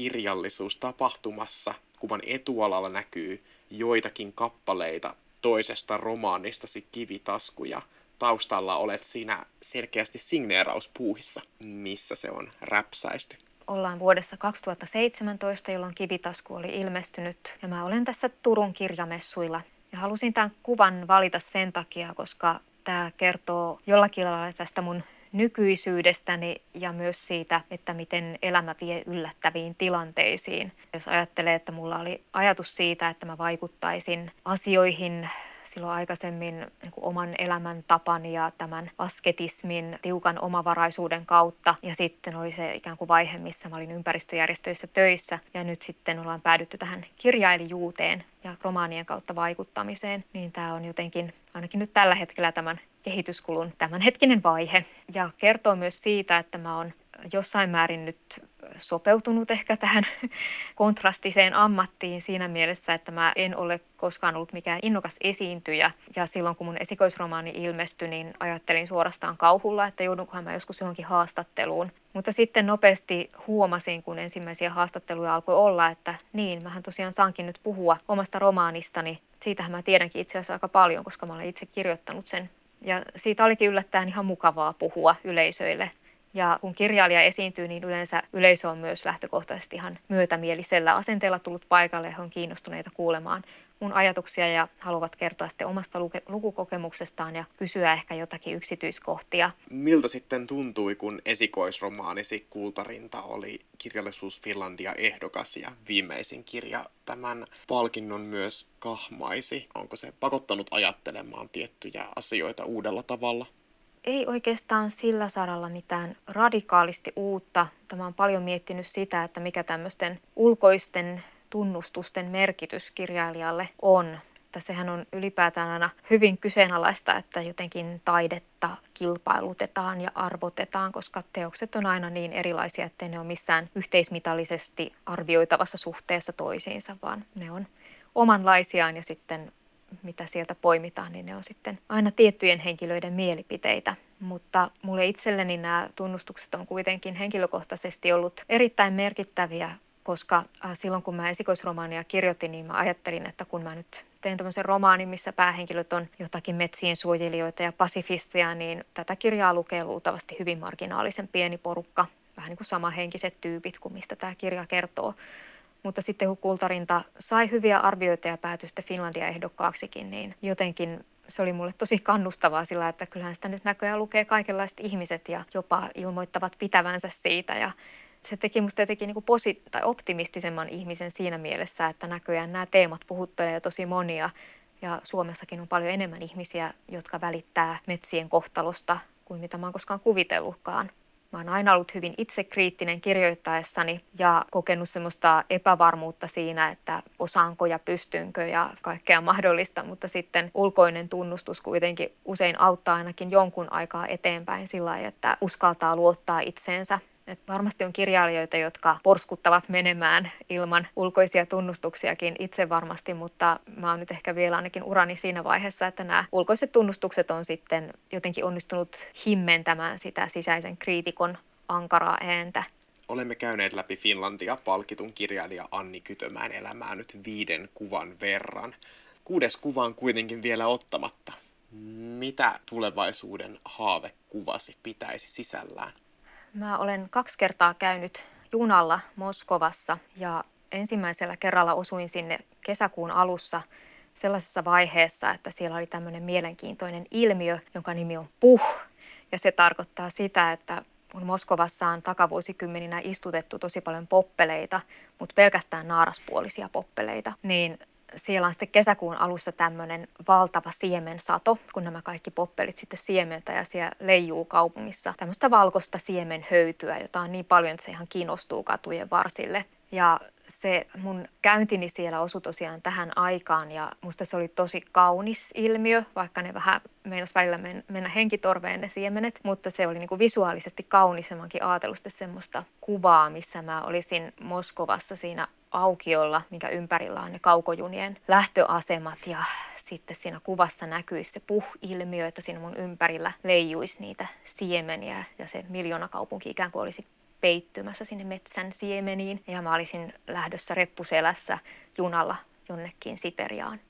kirjallisuustapahtumassa. Kuvan etualalla näkyy joitakin kappaleita toisesta romaanistasi Kivitasku ja taustalla olet siinä selkeästi signeerauspuuhissa, missä se on räpsäisty. Ollaan vuodessa 2017, jolloin Kivitasku oli ilmestynyt ja mä olen tässä Turun kirjamessuilla. Ja halusin tämän kuvan valita sen takia, koska tämä kertoo jollakin lailla tästä mun nykyisyydestäni ja myös siitä, että miten elämä vie yllättäviin tilanteisiin. Jos ajattelee, että mulla oli ajatus siitä, että mä vaikuttaisin asioihin silloin aikaisemmin niin kuin oman elämäntapani ja tämän asketismin, tiukan omavaraisuuden kautta. Ja sitten oli se ikään kuin vaihe, missä mä olin ympäristöjärjestöissä töissä. Ja nyt sitten ollaan päädytty tähän kirjailijuuteen ja romaanien kautta vaikuttamiseen. Niin tämä on jotenkin ainakin nyt tällä hetkellä tämän kehityskulun tämänhetkinen vaihe. Ja kertoo myös siitä, että mä oon jossain määrin nyt sopeutunut ehkä tähän kontrastiseen ammattiin siinä mielessä, että mä en ole koskaan ollut mikään innokas esiintyjä. Ja silloin kun mun esikoisromaani ilmestyi, niin ajattelin suorastaan kauhulla, että joudunkohan mä joskus johonkin haastatteluun. Mutta sitten nopeasti huomasin, kun ensimmäisiä haastatteluja alkoi olla, että niin, mähän tosiaan saankin nyt puhua omasta romaanistani. Siitähän mä tiedänkin itse asiassa aika paljon, koska mä olen itse kirjoittanut sen. Ja siitä olikin yllättäen ihan mukavaa puhua yleisöille. Ja kun kirjailija esiintyy, niin yleensä yleisö on myös lähtökohtaisesti ihan myötämielisellä asenteella tullut paikalle ja he on kiinnostuneita kuulemaan mun ajatuksia ja haluavat kertoa sitten omasta lukukokemuksestaan ja kysyä ehkä jotakin yksityiskohtia. Miltä sitten tuntui, kun esikoisromaanisi Kultarinta oli Kirjallisuus Finlandia ehdokas ja viimeisin kirja tämän palkinnon myös kahmaisi? Onko se pakottanut ajattelemaan tiettyjä asioita uudella tavalla? Ei oikeastaan sillä saralla mitään radikaalisti uutta. Mä oon paljon miettinyt sitä, että mikä tämmöisten ulkoisten tunnustusten merkitys kirjailijalle on. Että sehän on ylipäätään aina hyvin kyseenalaista, että jotenkin taidetta kilpailutetaan ja arvotetaan, koska teokset on aina niin erilaisia, ettei ne ole missään yhteismitallisesti arvioitavassa suhteessa toisiinsa, vaan ne on omanlaisiaan ja sitten mitä sieltä poimitaan, niin ne on sitten aina tiettyjen henkilöiden mielipiteitä. Mutta mulle itselleni nämä tunnustukset on kuitenkin henkilökohtaisesti ollut erittäin merkittäviä, koska silloin kun mä esikoisromaania kirjoitin, niin mä ajattelin, että kun mä nyt teen tämmöisen romaanin, missä päähenkilöt on jotakin metsien suojelijoita ja pasifisteja, niin tätä kirjaa lukee luultavasti hyvin marginaalisen pieni porukka, vähän niin kuin samanhenkiset tyypit kuin mistä tämä kirja kertoo. Mutta sitten kun Kultarinta sai hyviä arvioita ja päätyi sitten Finlandia-ehdokkaaksikin, niin jotenkin se oli mulle tosi kannustavaa sillä, että kyllähän sitä nyt näköjään lukee kaikenlaiset ihmiset ja jopa ilmoittavat pitävänsä siitä. Ja se teki musta jotenkin niin kuin optimistisemman ihmisen siinä mielessä, että näköjään nämä teemat puhuttelee tosi monia. Ja Suomessakin on paljon enemmän ihmisiä, jotka välittää metsien kohtalosta kuin mitä mä oon koskaan kuvitellutkaan. Mä oon aina ollut hyvin itsekriittinen kirjoittaessani ja kokenut semmoista epävarmuutta siinä, että osaanko ja pystynkö ja kaikkea mahdollista, mutta sitten ulkoinen tunnustus kuitenkin usein auttaa ainakin jonkun aikaa eteenpäin sillä lailla, että uskaltaa luottaa itseensä. Et varmasti on kirjailijoita, jotka porskuttavat menemään ilman ulkoisia tunnustuksiakin itse varmasti, mutta mä oon nyt ehkä vielä ainakin urani siinä vaiheessa, että nämä ulkoiset tunnustukset on sitten jotenkin onnistunut himmentämään sitä sisäisen kriitikon ankaraa ääntä. Olemme käyneet läpi Finlandia-palkitun kirjailija Anni Kytömäen elämää nyt 5 kuvan verran. 6. kuva on kuitenkin vielä ottamatta. Mitä tulevaisuuden haavekuvasi pitäisi sisällään? Mä olen 2 kertaa käynyt junalla Moskovassa ja ensimmäisellä kerralla osuin sinne kesäkuun alussa sellaisessa vaiheessa, että siellä oli tämmöinen mielenkiintoinen ilmiö, jonka nimi on puh. Ja se tarkoittaa sitä, että kun Moskovassa on takavuosikymmeninä istutettu tosi paljon poppeleita, mutta pelkästään naaraspuolisia poppeleita, niin siellä on sitten kesäkuun alussa tämmöinen valtava siemensato, kun nämä kaikki poppelit sitten siementä ja siellä leijuu kaupungissa tämmöistä valkoista siemenhöytyä, jota on niin paljon, että se ihan kiinnostuu katujen varsille. Ja se mun käyntini siellä osui tosiaan tähän aikaan ja musta se oli tosi kaunis ilmiö, vaikka ne vähän meinasi välillä mennä henkitorveen ne siemenet, mutta se oli niinku visuaalisesti kaunis ja mä oonkin ajatellut sitten semmoista kuvaa, missä mä olisin Moskovassa siinä aukiolla, minkä ympärillä on ne kaukojunien lähtöasemat ja sitten siinä kuvassa näkyisi se puh-ilmiö, että siinä mun ympärillä leijuisi niitä siemeniä ja se miljoonakaupunki ikään kuin olisi peittymässä sinne metsän siemeniin ja mä olisin lähdössä reppuselässä junalla jonnekin Siperiaan.